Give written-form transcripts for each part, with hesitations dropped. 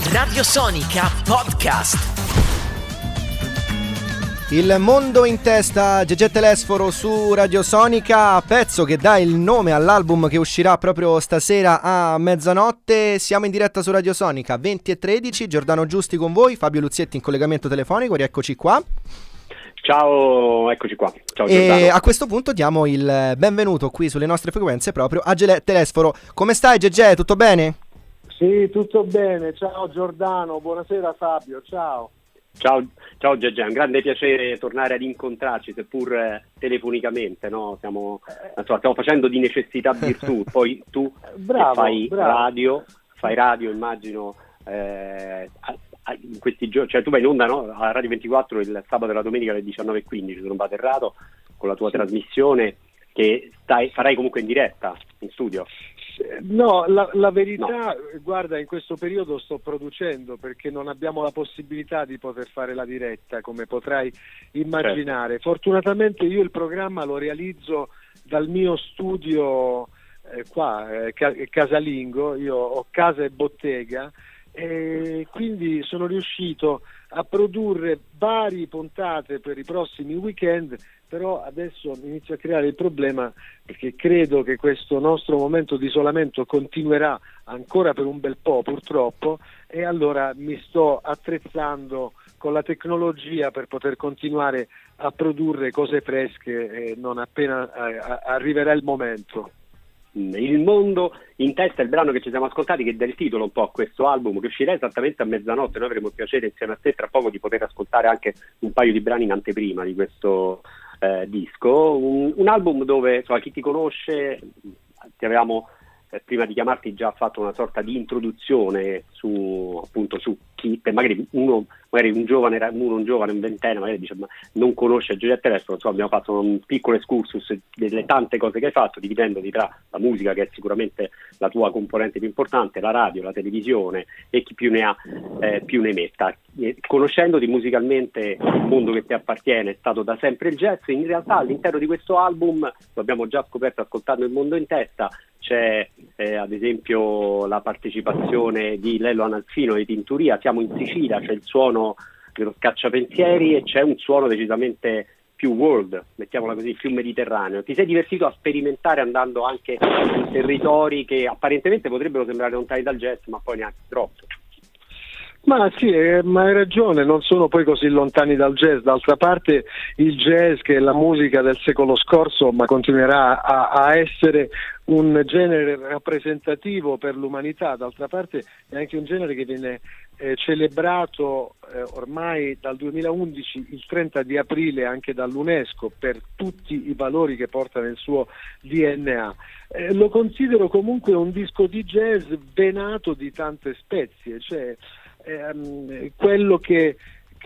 Radiosonica Podcast. Il mondo in testa, Gegè Telesforo su Radiosonica, pezzo che dà il nome all'album che uscirà proprio stasera a mezzanotte. Siamo in diretta su Radiosonica 20:13, Giordano Giusti con voi, Fabio Luzietti in collegamento telefonico, rieccoci qua. Ciao, eccoci qua. Ciao Giordano. E a questo punto diamo il benvenuto qui sulle nostre frequenze proprio a Gegè Telesforo. Come stai Gegè? Tutto bene? Sì, tutto bene. Ciao Giordano, buonasera Fabio, ciao. Ciao Gegè, è un grande piacere tornare ad incontrarci, seppur telefonicamente, no? Stiamo facendo di necessità virtù, poi tu fai radio, immagino, in questi giorni, cioè tu vai in onda, no? A Radio 24 il sabato e la domenica alle 19:15, sono baterrato con la tua trasmissione che farai comunque in diretta, in studio. No, la verità, guarda, in questo periodo sto producendo perché non abbiamo la possibilità di poter fare la diretta, come potrai immaginare. Certo. Fortunatamente io il programma lo realizzo dal mio studio casalingo, io ho casa e bottega, e quindi sono riuscito a produrre varie puntate per i prossimi weekend, però adesso inizio a creare il problema perché credo che questo nostro momento di isolamento continuerà ancora per un bel po' purtroppo, e allora mi sto attrezzando con la tecnologia per poter continuare a produrre cose fresche non appena arriverà il momento. Il mondo in testa è il brano che ci siamo ascoltati, che dà il titolo un po' a questo album, che uscirà esattamente a mezzanotte. Noi avremo il piacere insieme a te tra poco di poter ascoltare anche un paio di brani in anteprima di questo disco, un album dove, insomma, chi ti conosce, ti avevamo prima di chiamarti già fatto una sorta di introduzione su chi, magari un giovane, un ventenne magari dice ma non conosce Gegè Telesforo. Insomma, abbiamo fatto un piccolo excursus delle tante cose che hai fatto, dividendoti tra la musica, che è sicuramente la tua componente più importante, la radio, la televisione, e chi più ne ha più ne metta. Conoscendoti musicalmente, il mondo che ti appartiene è stato da sempre il jazz. In realtà all'interno di questo album, lo abbiamo già scoperto ascoltando Il mondo in testa, c'è ad esempio la partecipazione di Lello Analfino e Tinturia, siamo in Sicilia, c'è il suono dello Scacciapensieri e c'è un suono decisamente più world, mettiamola così, più mediterraneo. Ti sei divertito a sperimentare andando anche in territori che apparentemente potrebbero sembrare lontani dal jazz, ma poi neanche troppo. Ma sì, ma hai ragione, non sono poi così lontani dal jazz. D'altra parte il jazz, che è la musica del secolo scorso, ma continuerà a essere un genere rappresentativo per l'umanità. D'altra parte è anche un genere che viene celebrato ormai dal 2011, il 30 di aprile, anche dall'UNESCO, per tutti i valori che porta nel suo DNA. Lo considero comunque un disco di jazz venato di tante spezie, cioè quello che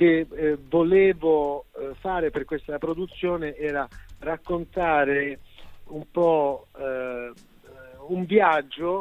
volevo fare per questa produzione era raccontare un po' un viaggio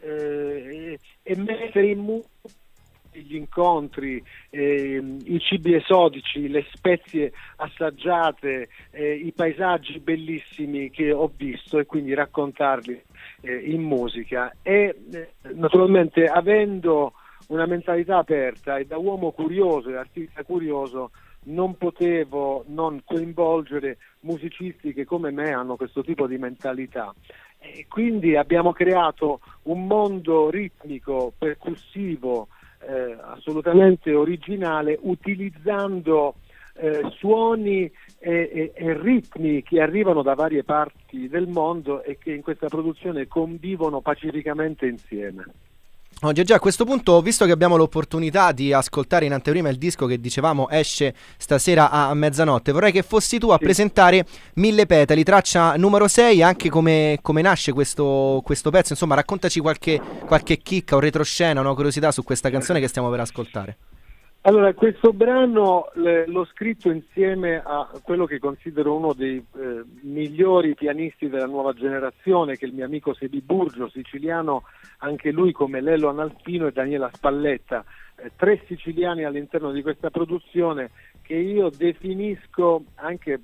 e mettere in modo gli incontri, i cibi esotici, le spezie assaggiate, i paesaggi bellissimi che ho visto, e quindi raccontarli in musica. E naturalmente, avendo una mentalità aperta e da uomo curioso e artista curioso, non potevo non coinvolgere musicisti che come me hanno questo tipo di mentalità, e quindi abbiamo creato un mondo ritmico, percussivo, assolutamente originale, utilizzando suoni e ritmi che arrivano da varie parti del mondo e che in questa produzione convivono pacificamente insieme. Gegè, a questo punto, visto che abbiamo l'opportunità di ascoltare in anteprima il disco che dicevamo esce stasera a mezzanotte, vorrei che fossi tu a presentare Mille petali, traccia numero 6, anche come nasce questo pezzo. Insomma, raccontaci qualche chicca o retroscena, una curiosità su questa canzone che stiamo per ascoltare. Allora, questo brano l'ho scritto insieme a quello che considero uno dei migliori pianisti della nuova generazione, che è il mio amico Sebi Burgio, siciliano anche lui come Lello Analfino e Daniela Spalletta, 3 siciliani all'interno di questa produzione che io definisco, anche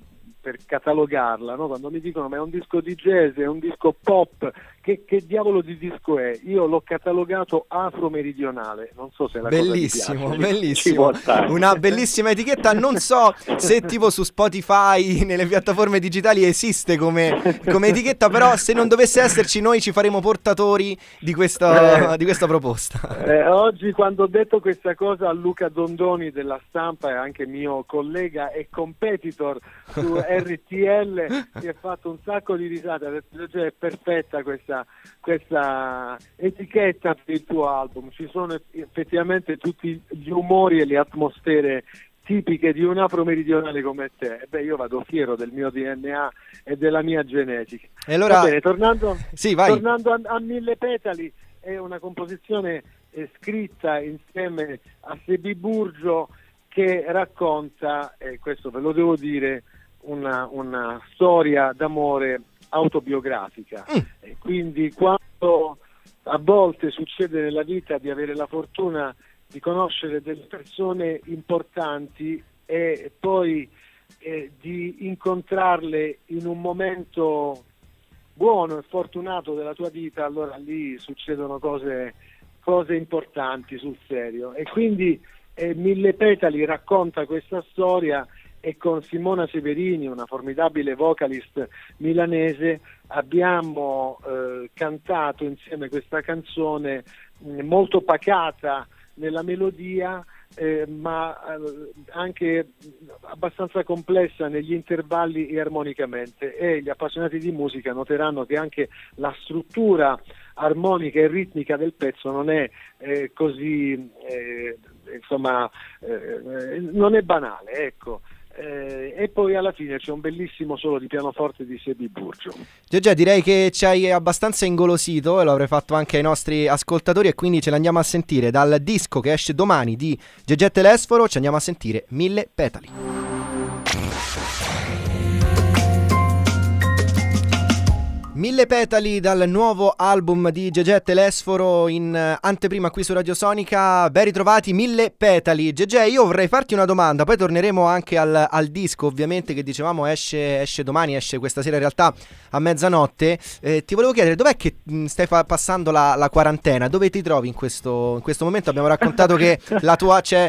per catalogarla, no? Quando mi dicono ma è un disco di jazz, è un disco pop, che diavolo di disco è? Io l'ho catalogato afro-meridionale, non so se la bellissimo, cosa ti piace. bellissimo, una bellissima etichetta. Non so se tipo su Spotify, nelle piattaforme digitali esiste come etichetta, però se non dovesse esserci noi ci faremo portatori di questa proposta. Oggi quando ho detto questa cosa a Luca Dondoni della Stampa, e anche mio collega e competitor su RTL, si è fatto un sacco di risate, ha detto è perfetta questa etichetta per il tuo album, ci sono effettivamente tutti gli umori e le atmosfere tipiche di un afro-meridionale come te. Beh, io vado fiero del mio DNA e della mia genetica. E allora... Va bene, tornando a Mille Petali, è una composizione scritta insieme a Sebi Burgio che racconta, questo ve lo devo dire, una storia d'amore autobiografica. Quindi quando a volte succede nella vita di avere la fortuna di conoscere delle persone importanti e poi di incontrarle in un momento buono e fortunato della tua vita, allora lì succedono cose importanti sul serio. E quindi Mille Petali racconta questa storia, e con Simona Severini, una formidabile vocalist milanese, abbiamo cantato insieme questa canzone molto pacata nella melodia, ma anche abbastanza complessa negli intervalli e armonicamente, e gli appassionati di musica noteranno che anche la struttura armonica e ritmica del pezzo non è così non è banale, ecco. E poi alla fine c'è un bellissimo solo di pianoforte di Sebi Burgio. Gegè, direi che ci hai abbastanza ingolosito, e lo avrei fatto anche ai nostri ascoltatori, e quindi ce l'andiamo a sentire dal disco che esce domani di Gegè Telesforo. Ci andiamo a sentire Mille Petali. Mille Petali dal nuovo album di Gegè Telesforo in anteprima qui su Radio Sonica. Ben ritrovati, Mille Petali. Gegè, io vorrei farti una domanda, poi torneremo anche al disco, ovviamente, che dicevamo esce domani, esce questa sera in realtà a mezzanotte. Ti volevo chiedere, dov'è che stai passando la quarantena? Dove ti trovi in questo momento? Abbiamo raccontato che la tua c'è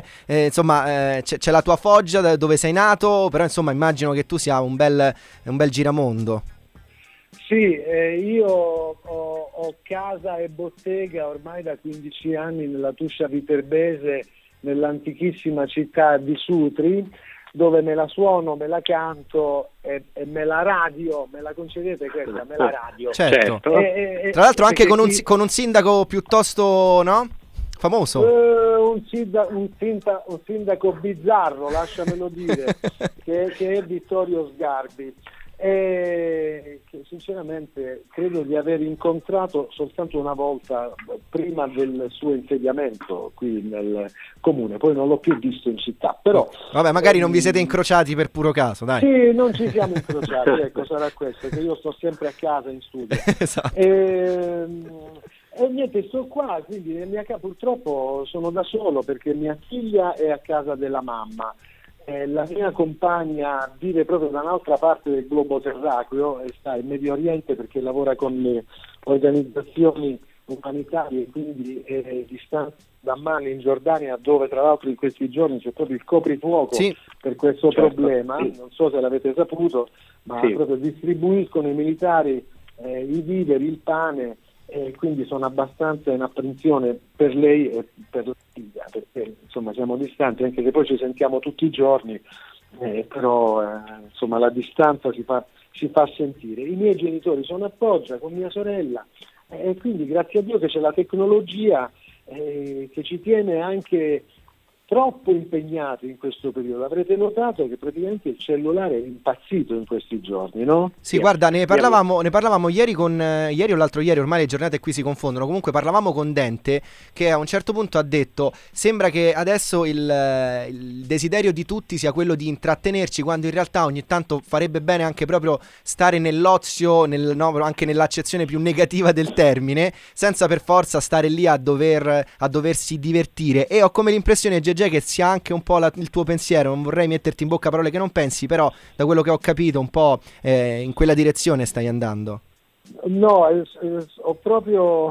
la tua Foggia dove sei nato, però insomma immagino che tu sia un bel giramondo. Sì, io ho casa e bottega ormai da 15 anni nella Tuscia Viterbese, nell'antichissima città di Sutri, dove me la suono, me la canto e me la radio, me la concedete questa, me la radio. Certo. Tra l'altro anche con un sindaco piuttosto, no? Famoso. Un sindaco bizzarro, lasciamelo dire, che è Vittorio Sgarbi. E che sinceramente credo di aver incontrato soltanto una volta prima del suo insediamento qui nel comune, poi non l'ho più visto in città, però vabbè, magari non vi siete incrociati per puro caso, dai. Sì, non ci siamo incrociati, ecco, sarà questo, che io sto sempre a casa in studio. Esatto. E niente, sto qua, quindi nel mia casa purtroppo sono da solo perché mia figlia è a casa della mamma. La mia compagna vive proprio da un'altra parte del globo terracqueo e sta in Medio Oriente perché lavora con le organizzazioni umanitarie, quindi è distante da Amman in Giordania, dove tra l'altro in questi giorni c'è proprio il coprifuoco. Sì, per questo problema, sì. Non so se l'avete saputo, ma sì, proprio distribuiscono i militari i viveri, il pane, e quindi sono abbastanza in apprensione per lei e per la figlia, perché insomma siamo distanti, anche se poi ci sentiamo tutti i giorni, però insomma la distanza si fa sentire. I miei genitori sono a Foggia con mia sorella, e quindi grazie a Dio che c'è la tecnologia che ci tiene anche troppo impegnati in questo periodo. Avrete notato che praticamente il cellulare è impazzito in questi giorni, no? Sì, guarda, ne parlavamo ieri ieri o l'altro ieri, ormai le giornate qui si confondono. Comunque parlavamo con Dente, che a un certo punto ha detto: sembra che adesso il desiderio di tutti sia quello di intrattenerci, quando in realtà ogni tanto farebbe bene anche proprio stare nell'ozio, anche nell'accezione più negativa del termine, senza per forza stare lì a doversi divertire. E ho come l'impressione, Gegè, che sia anche un po' il tuo pensiero. Non vorrei metterti in bocca parole che non pensi, però da quello che ho capito un po' in quella direzione stai andando. No, ho proprio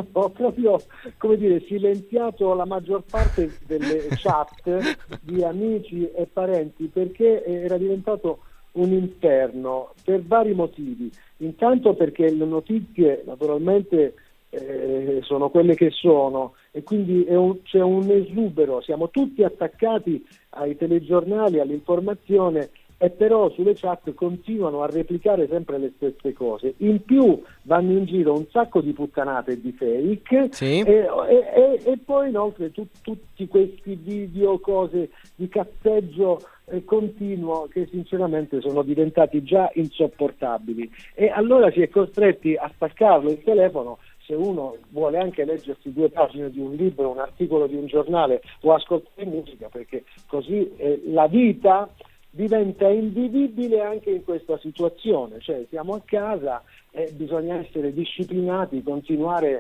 come dire, silenziato la maggior parte delle chat di amici e parenti, perché era diventato un inferno per vari motivi. Intanto perché le notizie naturalmente sono quelle che sono, e quindi c'è un esubero, siamo tutti attaccati ai telegiornali, all'informazione, e però sulle chat continuano a replicare sempre le stesse cose. In più vanno in giro un sacco di puttanate e di fake, sì. e poi inoltre tutti questi video, cose di cazzeggio continuo, che sinceramente sono diventati già insopportabili, e allora si è costretti a staccarlo il telefono. Se uno vuole anche leggersi 2 pagine di un libro, un articolo di un giornale, o ascoltare musica, perché così la vita diventa invivibile anche in questa situazione. Cioè, siamo a casa e bisogna essere disciplinati, continuare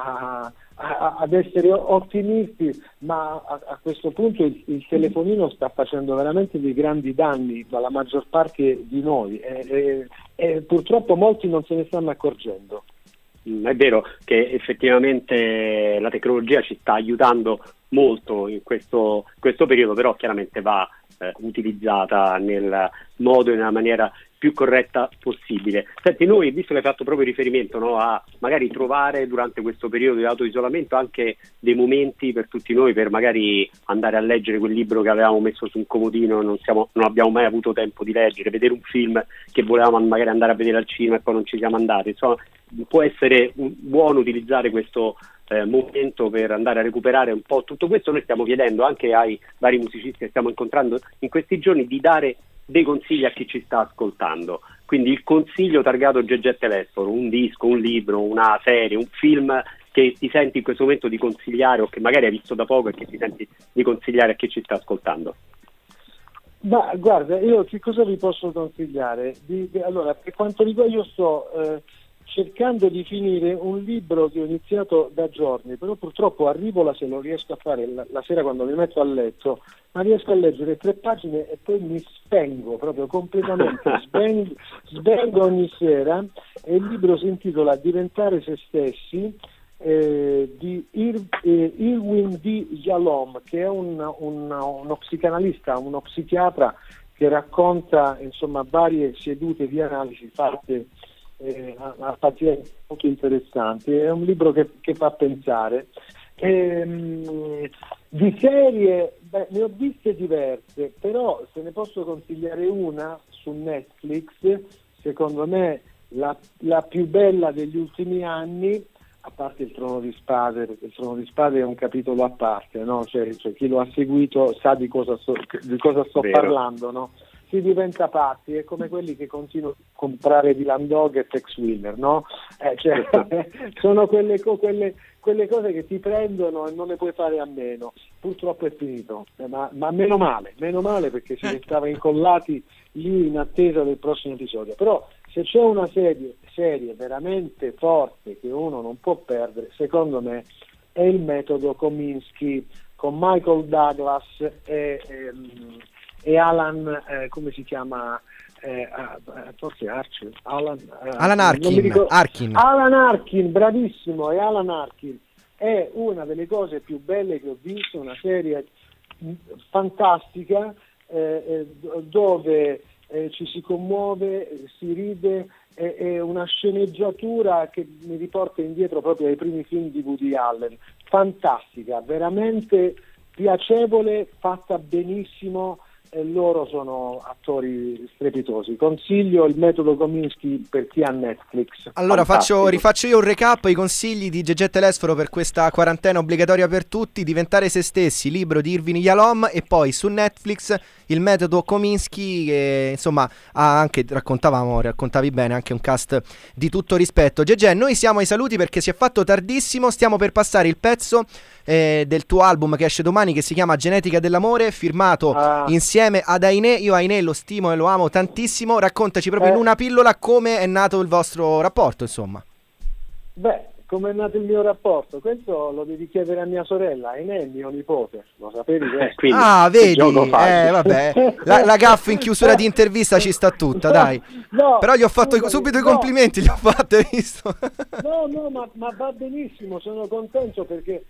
ad essere ottimisti, ma a questo punto il telefonino sta facendo veramente dei grandi danni alla maggior parte di noi, e purtroppo molti non se ne stanno accorgendo. È vero che effettivamente la tecnologia ci sta aiutando molto in questo periodo, però chiaramente va utilizzata nel modo e nella maniera più corretta possibile. Senti, noi, visto che hai fatto proprio riferimento, no, a magari trovare durante questo periodo di autoisolamento anche dei momenti per tutti noi, per magari andare a leggere quel libro che avevamo messo su un comodino e non abbiamo mai avuto tempo di leggere, vedere un film che volevamo magari andare a vedere al cinema e poi non ci siamo andati. Insomma, può essere buono utilizzare questo momento per andare a recuperare un po' tutto questo. Noi stiamo chiedendo anche ai vari musicisti che stiamo incontrando in questi giorni di dare dei consigli a chi ci sta ascoltando. Quindi il consiglio targato Gegè Telesforo, un disco, un libro, una serie, un film che ti senti in questo momento di consigliare, o che magari hai visto da poco e che ti senti di consigliare a chi ci sta ascoltando. Ma guarda, io che cosa vi posso consigliare? Allora, per quanto riguarda, io sto cercando di finire un libro che ho iniziato da giorni, però purtroppo arrivo se lo riesco a fare la sera quando mi metto a letto, ma riesco a leggere 3 pagine e poi mi spengo proprio completamente, spengo ogni sera. E il libro si intitola Diventare se stessi, di Irwin D. Yalom, che è uno psicanalista, uno psichiatra, che racconta insomma varie sedute di analisi fatte a pazienti molto interessanti. È un libro che fa pensare. Di serie, ne ho viste diverse, però se ne posso consigliare una su Netflix, secondo me la più bella degli ultimi anni, a parte il Trono di Spade, perché il Trono di Spade è un capitolo a parte, no? Cioè chi lo ha seguito sa di cosa sto parlando, no? Si diventa pazzi, è come quelli che continuano a comprare Dylan Dog e Tex Willer, no? Sono quelle cose che ti prendono e non ne puoi fare a meno. Purtroppo è finito, ma meno male, perché si restava incollati lì in attesa del prossimo episodio. Però se c'è una serie veramente forte che uno non può perdere, secondo me è Il metodo Kominsky, con Michael Douglas e Alan, come si chiama? Forse Archer? Alan Arkin. Alan Arkin, bravissimo, è Alan Arkin. È una delle cose più belle che ho visto, una serie fantastica, dove ci si commuove, si ride, è una sceneggiatura che mi riporta indietro proprio ai primi film di Woody Allen. Fantastica, veramente piacevole, fatta benissimo. E loro sono attori strepitosi. Consiglio Il metodo Kominsky per chi ha Netflix. Allora rifaccio io un recap, i consigli di Gegè Telesforo per questa quarantena obbligatoria per tutti: Diventare se stessi, libro di Irvin Yalom, e poi su Netflix Il metodo Kominsky, che insomma raccontavi bene, anche un cast di tutto rispetto. Gegè, noi siamo ai saluti perché si è fatto tardissimo, stiamo per passare il pezzo del tuo album che esce domani, che si chiama Genetica dell'amore, firmato insieme ad Ainé. Io Ainé lo stimo e lo amo tantissimo. Raccontaci proprio in una pillola come è nato il vostro rapporto, insomma. come è nato il mio rapporto? Questo lo devi chiedere a mia sorella, e è mio nipote, lo sapevi? Vedi, vabbè, la gaffa in chiusura di intervista ci sta tutta, dai. No, però gli ho fatto subito i complimenti, li ho fatti, hai visto? No, ma va benissimo, sono contento perché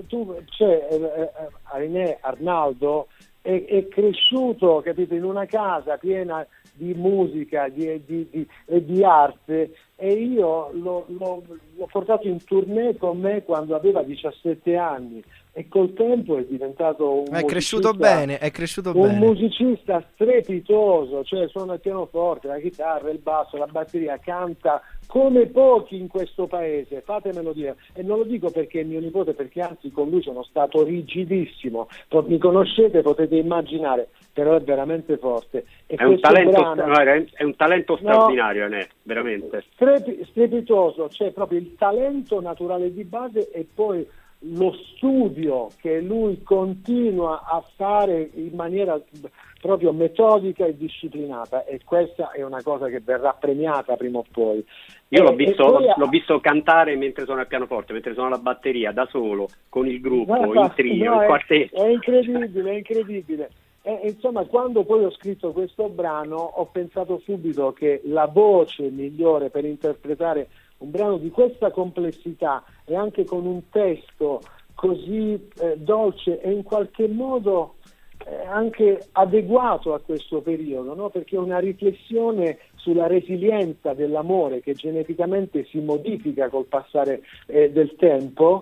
Arinè Arnaldo è cresciuto, capito, in una casa piena di musica e di arte, e io l'ho portato in tournée con me quando aveva 17 anni e col tempo è diventato è cresciuto bene. Un musicista strepitoso, cioè suona il pianoforte, la chitarra, il basso, la batteria, canta come pochi in questo paese, fatemelo dire, e non lo dico perché è mio nipote, perché anzi con lui sono stato rigidissimo, mi conoscete, potete immaginare, però è veramente forte. E è un talento straordinario, veramente strepitoso, cioè proprio il talento naturale di base e poi lo studio che lui continua a fare in maniera proprio metodica e disciplinata, e questa è una cosa che verrà premiata prima o poi. Io l'ho visto cantare mentre suona il pianoforte, mentre suona la batteria, da solo, con il gruppo, in trio, in quartetto. È incredibile. Insomma, quando poi ho scritto questo brano ho pensato subito che la voce migliore per interpretare un brano di questa complessità e anche con un testo così dolce e in qualche modo anche adeguato a questo periodo, no? Perché è una riflessione sulla resilienza dell'amore che geneticamente si modifica col passare del tempo,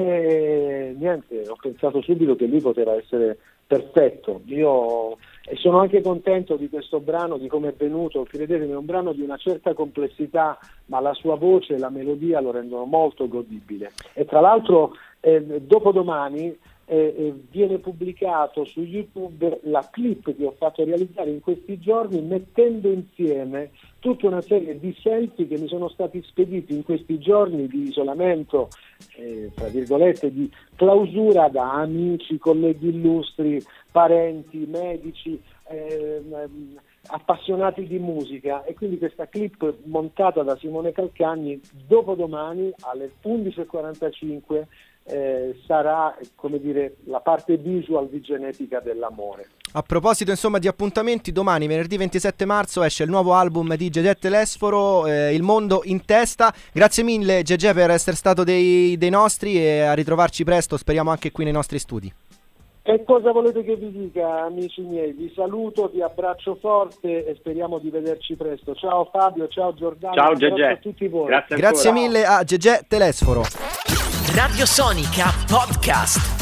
ho pensato subito che lui poteva essere perfetto. E sono anche contento di questo brano, di come è venuto. Credetemi, è un brano di una certa complessità, ma la sua voce e la melodia lo rendono molto godibile. E tra l'altro dopodomani viene pubblicato su YouTube la clip che ho fatto realizzare in questi giorni, mettendo insieme tutta una serie di selfie che mi sono stati spediti in questi giorni di isolamento, tra virgolette, di clausura, da amici, colleghi illustri, parenti, medici, appassionati di musica, e quindi questa clip montata da Simone Calcagni dopodomani alle 11:45 sarà, come dire, la parte visual di Genetica dell'amore. A proposito insomma di appuntamenti, domani venerdì 27 marzo esce il nuovo album di Gegè Telesforo, Il mondo in testa. Grazie mille Gegè per essere stato dei nostri, e a ritrovarci presto, speriamo anche qui nei nostri studi. E cosa volete che vi dica, amici miei? Vi saluto, vi abbraccio forte e speriamo di vederci presto. Ciao Fabio, ciao Giordano, ciao Gegè, a tutti voi. Grazie mille a Gegè Telesforo. Radio Sonica Podcast.